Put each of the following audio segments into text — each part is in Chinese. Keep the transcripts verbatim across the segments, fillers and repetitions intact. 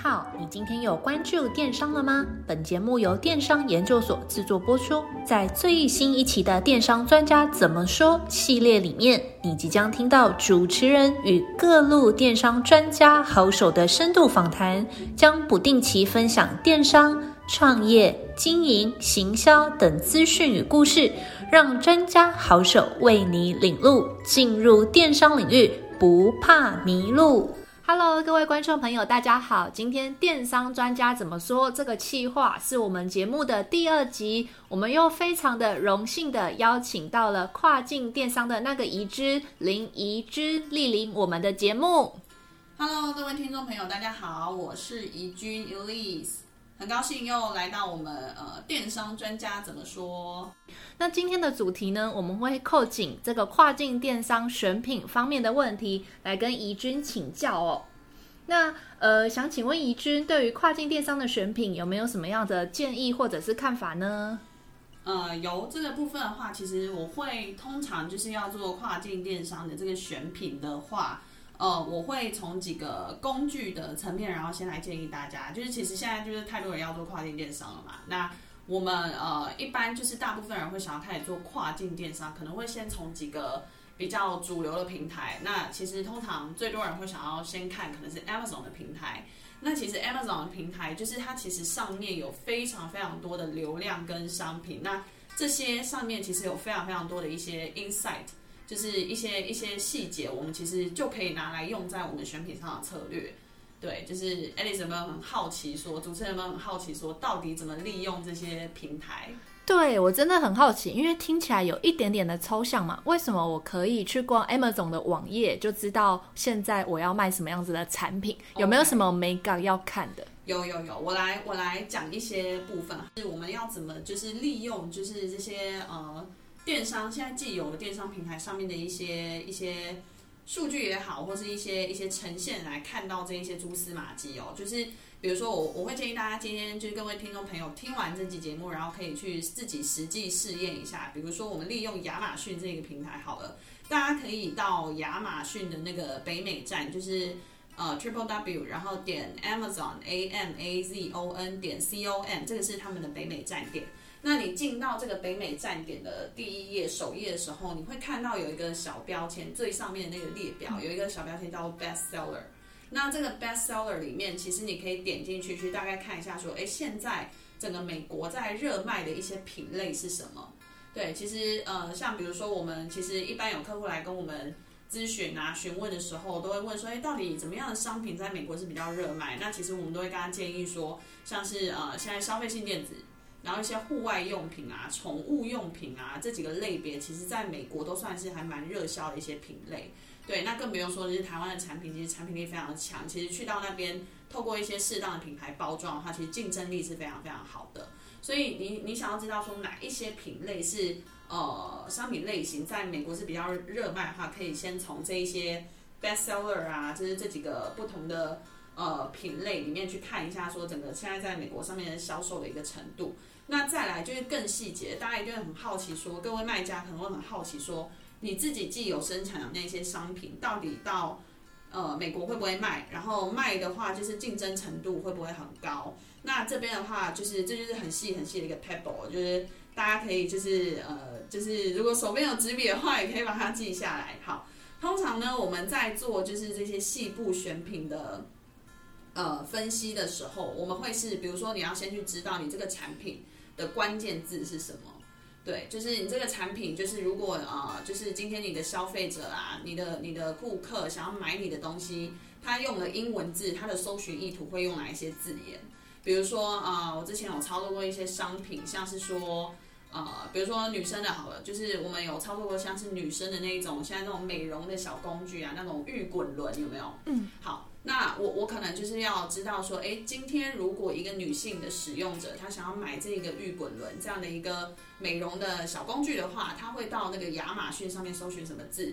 好，你今天有关注电商了吗？本节目由电商研究所制作播出。在最新一期的电商专家怎么说系列里面，你即将听到主持人与各路电商专家好手的深度访谈，将不定期分享电商、创业、经营、行销等资讯与故事，让专家好手为你领路，进入电商领域不怕迷路。Hello， 各位观众朋友，大家好！今天电商专家怎么说这个企划是我们节目的第二集，我们又非常的荣幸的邀请到了跨境电商的那个宜之林宜之莅临我们的节目。 Hello， 各位听众朋友，大家好，我是宜君 Elise。很高兴又来到我们呃电商专家怎么说。 那今天的主题呢，我们会扣紧这个跨境电商选品方面的问题来跟宜君请教哦。那呃，想请问宜君对于跨境电商的选品有没有什么样的建议或者是看法呢？ 呃，有这个部分的话，其实我会通常就是要做跨境电商的这个选品的话。呃，我会从几个工具的层面，然后先来建议大家，就是其实现在就是太多人要做跨境电商了嘛，那我们呃一般就是大部分人会想要开始做跨境电商，可能会先从几个比较主流的平台，那其实通常最多人会想要先看可能是 Amazon 的平台，那其实 Amazon 的平台就是它其实上面有非常非常多的流量跟商品，那这些上面其实有非常非常多的一些 insight。就是一些一些细节，我们其实就可以拿来用在我们选品上的策略。对，就是 Alice 有没有很好奇说，主持人有没有很好奇说，到底怎么利用这些平台？ 对，我真的很好奇，因为听起来有一点点的抽象嘛。为什么我可以去逛 Amazon 的网页，就知道现在我要卖什么样子的产品？ Okay. 有没有什么美感要看的？ 有有有，我来我来讲一些部分，就是我们要怎么就是利用就是这些呃。电商现在既有的电商平台上面的一些一些数据也好，或是一些一些呈现来看到这一些蛛丝马迹哦，就是比如说我我会建议大家今天就是各位听众朋友听完这期节目，然后可以去自己实际试验一下。比如说我们利用亚马逊这个平台好了，大家可以到亚马逊的那个北美站，就是呃 triple w 然后点 Amazon A M A Z O N 点 C O M， 这个是他们的北美站点。那你进到这个北美站点的第一页首页的时候，你会看到有一个小标签，最上面的那个列表有一个小标签叫 Best Seller。那这个 Best Seller 里面，其实你可以点进去去大概看一下，说，哎，现在整个美国在热卖的一些品类是什么？对，其实呃，像比如说我们其实一般有客户来跟我们咨询啊、询问的时候，都会问说，哎，到底怎么样的商品在美国是比较热卖？那其实我们都会跟他建议说，像是呃现在消费性电子。然后一些户外用品啊、宠物用品啊这几个类别，其实在美国都算是还蛮热销的一些品类。对，那更不用说就是台湾的产品，其实产品力非常的强。其实去到那边，透过一些适当的品牌包装的话，其实竞争力是非常非常好的。所以你你想要知道说哪一些品类是呃商品类型在美国是比较热卖的话，可以先从这一些 best seller 啊，就是这几个不同的呃品类里面去看一下，说整个现在在美国上面的销售的一个程度。那再来就是更细节，大家一定会很好奇说，各位卖家可能会很好奇说，你自己既有生产的那些商品，到底到呃美国会不会卖？然后卖的话，就是竞争程度会不会很高？那这边的话，就是这就是很细很细的一个 table， 就是大家可以就是呃就是如果手边有纸笔的话，也可以把它记下来。好，通常呢我们在做就是这些细部选品的。呃，分析的时候，我们会是，比如说你要先去知道你这个产品的关键字是什么，对，就是你这个产品，就是如果呃，就是今天你的消费者啊，你的你的顾客想要买你的东西，他用了英文字，他的搜寻意图会用哪一些字眼？比如说啊、呃，我之前有操作过一些商品，像是说。呃，比如说女生的好了，就是我们有操作过像是女生的那种，现在那种美容的小工具啊，那种浴滚轮有没有？嗯，好，那我我可能就是要知道说，哎，今天如果一个女性的使用者，她想要买这个浴滚轮这样的一个美容的小工具的话，她会到那个亚马逊上面搜寻什么字？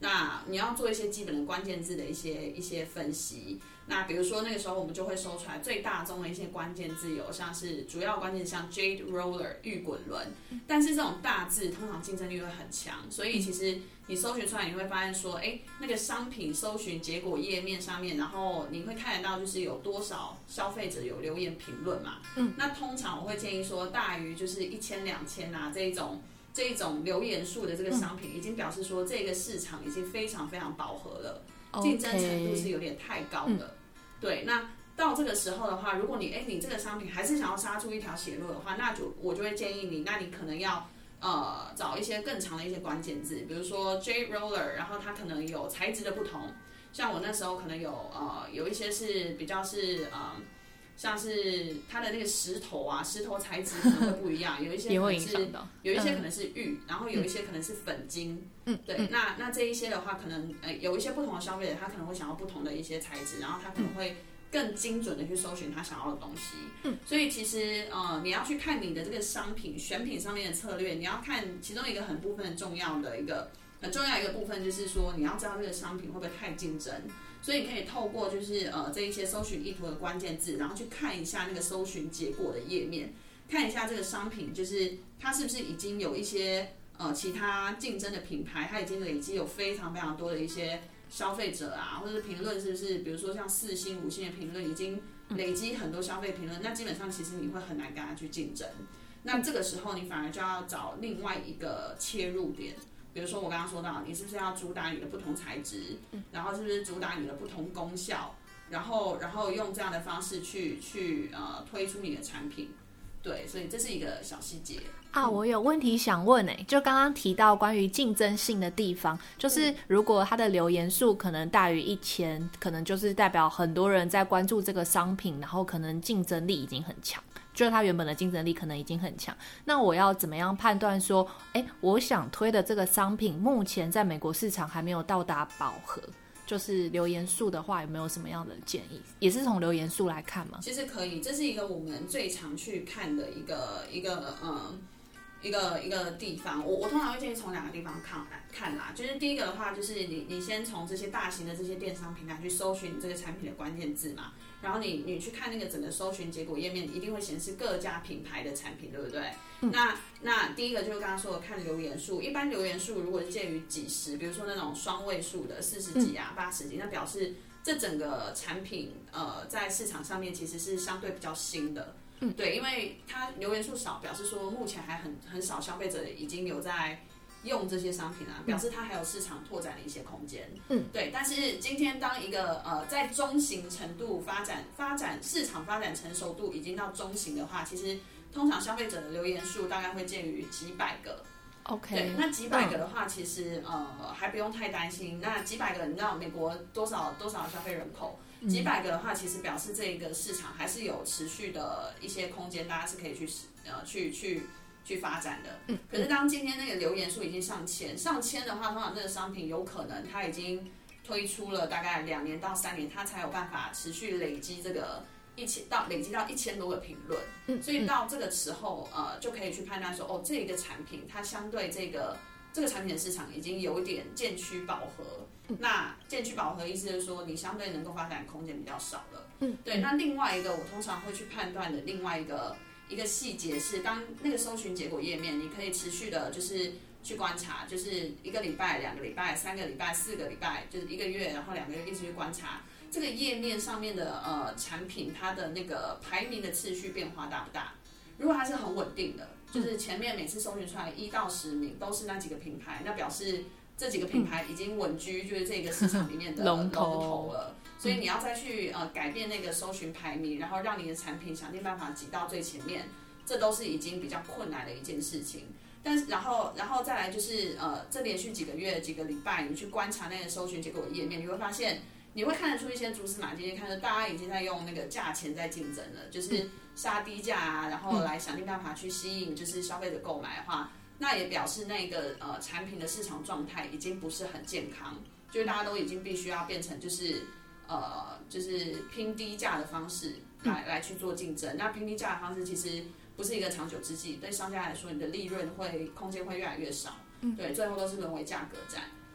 那你要做一些基本的关键字的一些一些分析。那比如说那个时候我们就会搜出来最大宗的一些关键字有像是主要关键字像 Jade Roller 玉滚轮，但是这种大字通常竞争力会很强，所以其实你搜寻出来你会发现说，哎，那个商品搜寻结果页面上面，然后你会看得到就是有多少消费者有留言评论嘛。嗯，那通常我会建议说大于就是一千两千啊这一种。这一种留言数的这个商品，已经表示说这个市场已经非常非常饱和了，竞争程度是有点太高的。嗯、对，那到这个时候的话，如果你哎你这个商品还是想要杀出一条血路的话，那就我就会建议你，那你可能要呃找一些更长的一些关键字，比如说 Jade Roller， 然后它可能有材质的不同，像我那时候可能有呃有一些是比较是呃。像是它的那个石头啊，石头材质可能会不一样，有一些可能是有一些可能是玉，嗯、然后有一些可能是粉晶，嗯，对，嗯、那那这一些的话，可能呃有一些不同的消费者，他可能会想要不同的一些材质，然后他可能会更精准的去搜寻他想要的东西，嗯，所以其实呃你要去看你的这个商品选品上面的策略，你要看其中一个很部分重要的一个很重要一个部分就是说你要知道这个商品会不会太竞争。所以你可以透过就是呃这一些搜寻意图的关键字，然后去看一下那个搜寻结果的页面，看一下这个商品就是它是不是已经有一些呃其他竞争的品牌，它已经累积有非常非常多的一些消费者啊，或者是评论是不是，比如说像四星、五星的评论已经累积很多消费评论，那基本上其实你会很难跟它去竞争。那这个时候你反而就要找另外一个切入点。比如说我刚刚说到，你是不是要主打你的不同材质，然后是不是主打你的不同功效，然后然后用这样的方式去去呃推出你的产品，对，所以这是一个小细节啊。我有问题想问哎、欸，就刚刚提到关于竞争性的地方，就是如果它的留言数可能大于一千，可能就是代表很多人在关注这个商品，然后可能竞争力已经很强。就是它原本的竞争力可能已经很强，那我要怎么样判断说，哎，我想推的这个商品目前在美国市场还没有到达饱和？就是留言数的话，有没有什么样的建议？也是从留言数来看吗？ 其实可以，这是一个我们最常去看的一个一个嗯一个一个地方。我我通常会建议从两个地方看看啦，就是第一个的话，就是你你先从这些大型的这些电商平台去搜寻这个产品的关键字嘛。然后你你去看那个整个搜寻结果页面，一定会显示各家品牌的产品，对不对？嗯、那那第一个就是刚刚说的看留言数，一般留言数如果是介于几十，比如说那种双位数的四十几啊、八十几，那表示这整个产品呃在市场上面其实是相对比较新的。嗯，对，因为它留言数少，表示说目前还很很少消费者已经有在用这些商品啊，表示它还有市场拓展的一些空间。嗯，对。但是今天当一个呃在中型程度发展发展市场发展成熟度已经到中型的话，其实通常消费者的留言数大概会介于几百个。 OK， 对，那几百个的话，其实呃还不用太担心。那几百个，你知道美国多少多少消费人口？几百个的话，其实表示这个市场还是有持续的一些空间，大家是可以去呃去去去发展的。嗯。可是当今天那个留言数已经上千，上千的话，通常这个商品有可能它已经推出了大概两年到三年，它才有办法持续累积这个一千到累积到一千多个评论。嗯。所以到这个时候，呃，就可以去判断说，哦，这个产品它相对这个这个产品的市场已经有一点渐趋饱和。那渐趋饱和意思就是说，你相对能够发展空间比较少了。嗯，对。那另外一个，我通常会去判断的另外一个一个细节是，当那个搜寻结果页面，你可以持续的，就是去观察，就是一个礼拜、两个礼拜、三个礼拜、四个礼拜，就是一个月，然后两个月一直去观察这个页面上面的呃产品，它的那个排名的次序变化大不大？如果它是很稳定的，就是前面每次搜寻出来一到十名都是那几个品牌，那表示这几个品牌已经稳居就是这个市场里面的龙头了，所以你要再去呃改变那个搜寻排名，然后让你的产品想尽办法挤到最前面，这都是已经比较困难的一件事情。但是然后然后再来就是呃这连续几个月几个礼拜，你去观察那个搜寻结果页面，你会发现你会看得出一些蛛丝马迹，看到大家已经在用那个价钱在竞争了，就是杀低价啊，然后来想尽办法去吸引就是消费者购买的话。那也表示那个呃产品的市场状态已经不是很健康，就是大家都已经必须要变成就是呃就是拼低价的方式来、嗯、来去做竞争。那拼低价的方式其实不是一个长久之计，对商家来说，你的利润会空间会越来越少，嗯、对，最后都是沦为价格战。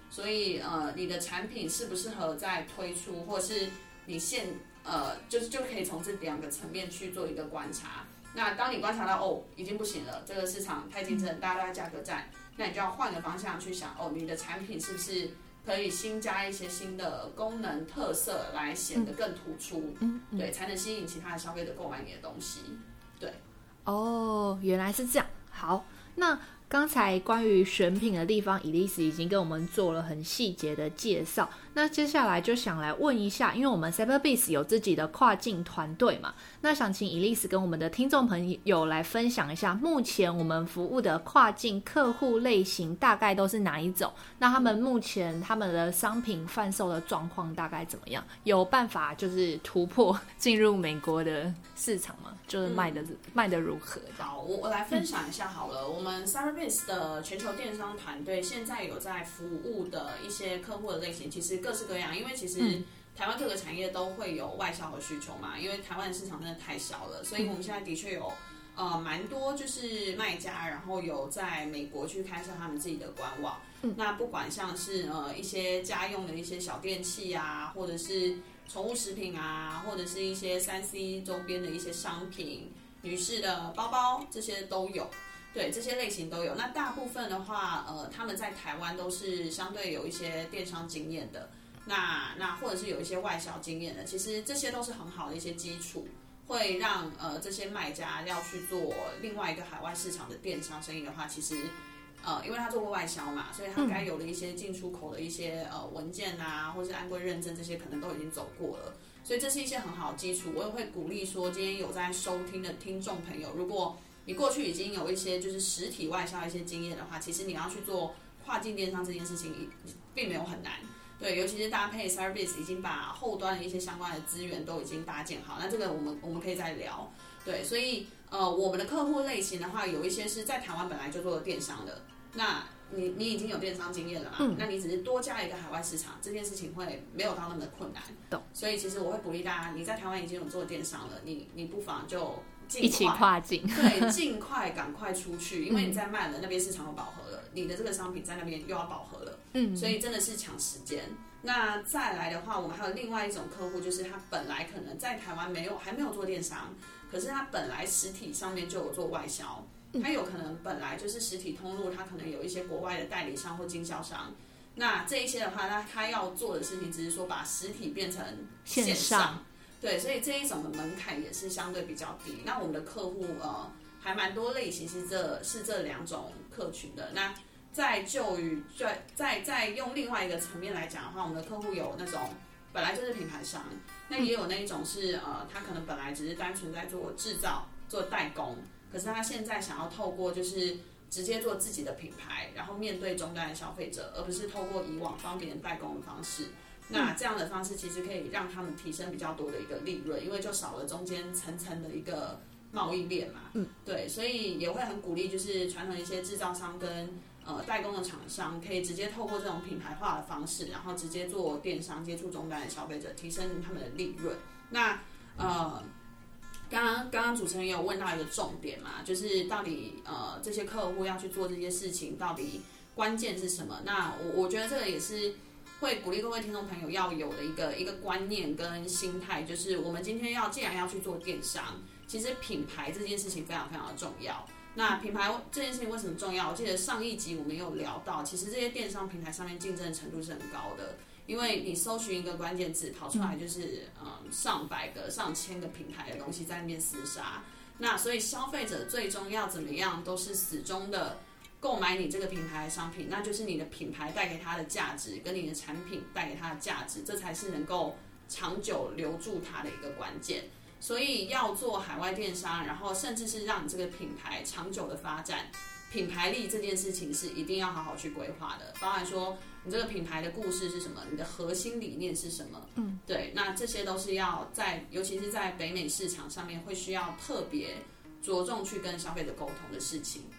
所以呃，你的产品适不适合再推出，或是你现呃，就是就可以从这两个层面去做一个观察。那当你观察到哦，已经不行了，这个市场太竞争，大家都在价格战，那你就要换个方向去想哦，你的产品是不是可以新加一些新的功能特色，来显得更突出，嗯嗯、对，才能吸引其他的消费者购买你的东西。对， 哦，原来是这样。好，那刚才关于选品的地方，Elise已经跟我们做了很细节的介绍。那接下来就想来问一下，因为我们 Cyberbiz 有自己的跨境团队嘛，那想请 Elise 跟我们的听众朋友来分享一下，目前我们服务的跨境客户类型大概都是哪一种？那他们目前他们的商品贩售的状况大概怎么样？有办法就是突破进入美国的市场吗？就是卖的、嗯、卖的如何？ 好，我我来分享一下好了。嗯、我们 Cyberbiz 的全球电商团队现在有在服务的一些客户的类型，其实各式各样。因为其实台湾各个产业都会有外销的需求嘛，因为台湾的市场真的太小了，所以我们现在的确有呃蛮多就是卖家，然后有在美国去开设他们自己的官网。嗯、那不管像是呃一些家用的一些小电器啊，或者是宠物食品啊，或者是一些 三 C 周边的一些商品，女士的包包，这些都有。对，这些类型都有。那大部分的话，呃，他们在台湾都是相对有一些电商经验的，那那或者是有一些外销经验的，其实这些都是很好的一些基础，会让呃这些卖家要去做另外一个海外市场的电商生意的话，其实呃，因为他做过外销嘛，所以他该有的一些进出口的一些呃文件啊，或是安规认证这些，可能都已经走过了，所以这是一些很好的基础。我也会鼓励说，今天有在收听的听众朋友，如果你过去已经有一些就是实体外销一些经验的话，其实你要去做跨境电商这件事情并没有很难。对，尤其是搭配 Cyberbiz 已经把后端的一些相关的资源都已经搭建好，那这个我们我们可以再聊。对，所以呃我们的客户类型的话，有一些是在台湾本来就做电商的，那你你已经有电商经验了嘛？嗯、那你只是多加一个海外市场，这件事情会没有到那么的困难。懂。所以其实我会鼓励大家，你在台湾已经有做电商了，你你不妨就一起跨境， 对，尽快赶快出去，因为你在卖了，那边市场又饱和了，你的这个商品在那边又要饱和了，嗯，所以真的是抢时间。那再来的话，我们还有另外一种客户，就是他本来可能在台湾没有还没有做电商，可是他本来实体上面就有做外销，他有可能本来就是实体通路，他可能有一些国外的代理商或经销商。那这一些的话，那他要做的事情只是说把实体变成线上。线上对，所以这一种的门槛也是相对比较低。那我们的客户呃还蛮多类型是这是这两种客群的。那在就于在在在用另外一个层面来讲的话，我们的客户有那种本来就是品牌商，那也有那一种是呃他可能本来只是单纯在做制造做代工，可是他现在想要透过就是直接做自己的品牌，然后面对终端的消费者，而不是透过以往帮别人代工的方式。那这样的方式其实可以让他们提升比较多的一个利润，因为就少了中间层层的一个贸易链嘛。嗯，对，所以也会很鼓励，就是传统一些制造商跟呃代工的厂商，可以直接透过这种品牌化的方式，然后直接做电商接触终端的消费者，提升他们的利润。那呃，刚刚刚刚主持人也有问到一个重点嘛，就是到底呃这些客户要去做这些事情，到底关键是什么？那我我觉得这个也是会鼓励各位听众朋友要有的一个一个观念跟心态，就是我们今天要既然要去做电商，其实品牌这件事情非常非常的重要。那品牌这件事情为什么重要？我记得上一集我们有聊到，其实这些电商平台上面竞争程度是很高的，因为你搜寻一个关键字跑出来就是嗯上百个、上千个品牌的东西在那边厮杀，那所以消费者最终要怎么样，都是始终的购买你这个品牌的商品，那就是你的品牌带给他的价值，跟你的产品带给他的价值，这才是能够长久留住他的一个关键。所以要做海外电商，然后甚至是让你这个品牌长久的发展，品牌力这件事情是一定要好好去规划的。包含说你这个品牌的故事是什么，你的核心理念是什么，嗯，对，那这些都是要在，尤其是在北美市场上面会需要特别着重去跟消费者沟通的事情。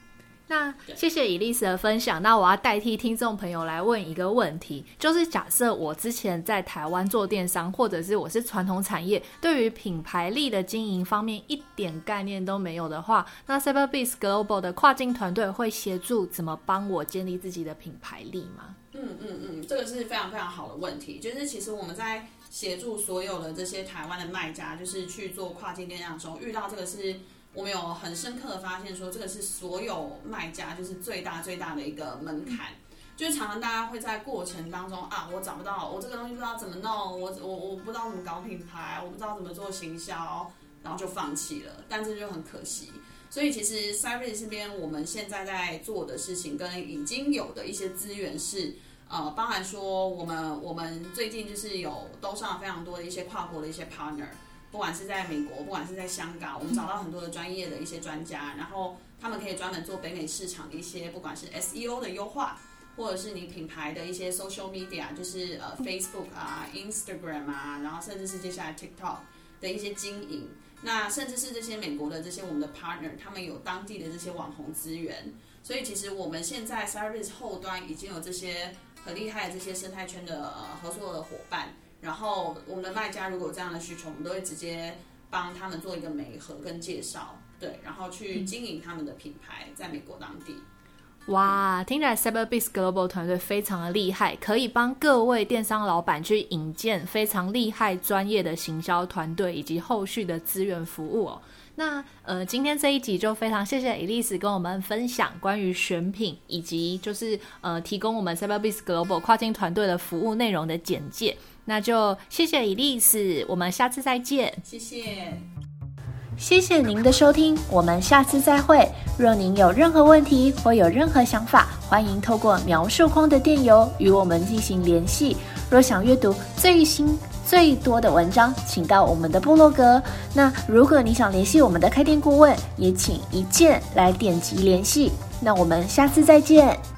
那谢谢伊丽丝的分享。那我要代替听众朋友来问一个问题，就是假设我之前在台湾做电商，或者是我是传统产业，对于品牌力的经营方面一点概念都没有的话，那 Cyberbiz Global 的跨境团队会协助怎么帮我建立自己的品牌力吗？ 嗯嗯嗯，这个是非常非常好的问题。就是其实我们在协助所有的这些台湾的卖家，就是去做跨境电商的时候，遇到这个是我们有很深刻的发现说，这个是所有卖家就是最大最大的一个门槛。就是常常大家会在过程当中啊，我找不到，我这个东西不知道怎么弄，我我我不知道怎么搞品牌，我不知道怎么做行销，然后就放弃了，但这就很可惜。所以其实 Cyberbiz 这边我们现在在做的事情，跟已经有的一些资源是。呃，包含说我们我们最近就是有兜上了非常多的一些跨国的一些 partner， 不管是在美国，不管是在香港，我们找到很多的专业的一些专家，然后他们可以专门做北美市场的一些，不管是 S E O 的优化，或者是你品牌的一些 social media， 就是呃 Facebook 啊、Instagram 啊，然后甚至是接下来 TikTok 的一些经营。那甚至是这些美国的这些我们的 partner， 他们有当地的这些网红资源，所以其实我们现在 Cyberbiz 后端已经有这些很厉害的这些生态圈的、呃、合作的伙伴，然后我们的卖家如果有这样的需求，我们都会直接帮他们做一个媒合跟介绍，对，然后去经营他们的品牌在美国当地。 哇，听起来 Cyberbiz Global 团队非常的厉害，可以帮各位电商老板去引荐非常厉害专业的行销团队以及后续的资源服务哦。那呃，今天这一集就非常谢谢伊丽丝跟我们分享关于选品以及就是呃提供我们 Cyberbiz Global 跨境团队的服务内容的简介。那就谢谢伊丽丝，我们下次再见。 谢谢。 谢谢您的收听，我们下次再会。若您有任何问题或有任何想法，欢迎透过描述框的电邮与我们进行联系。若想阅读最新最多的文章，请到我们的部落格。那如果你想联系我们的开店顾问，也请一键来点击联系。那我们下次再见。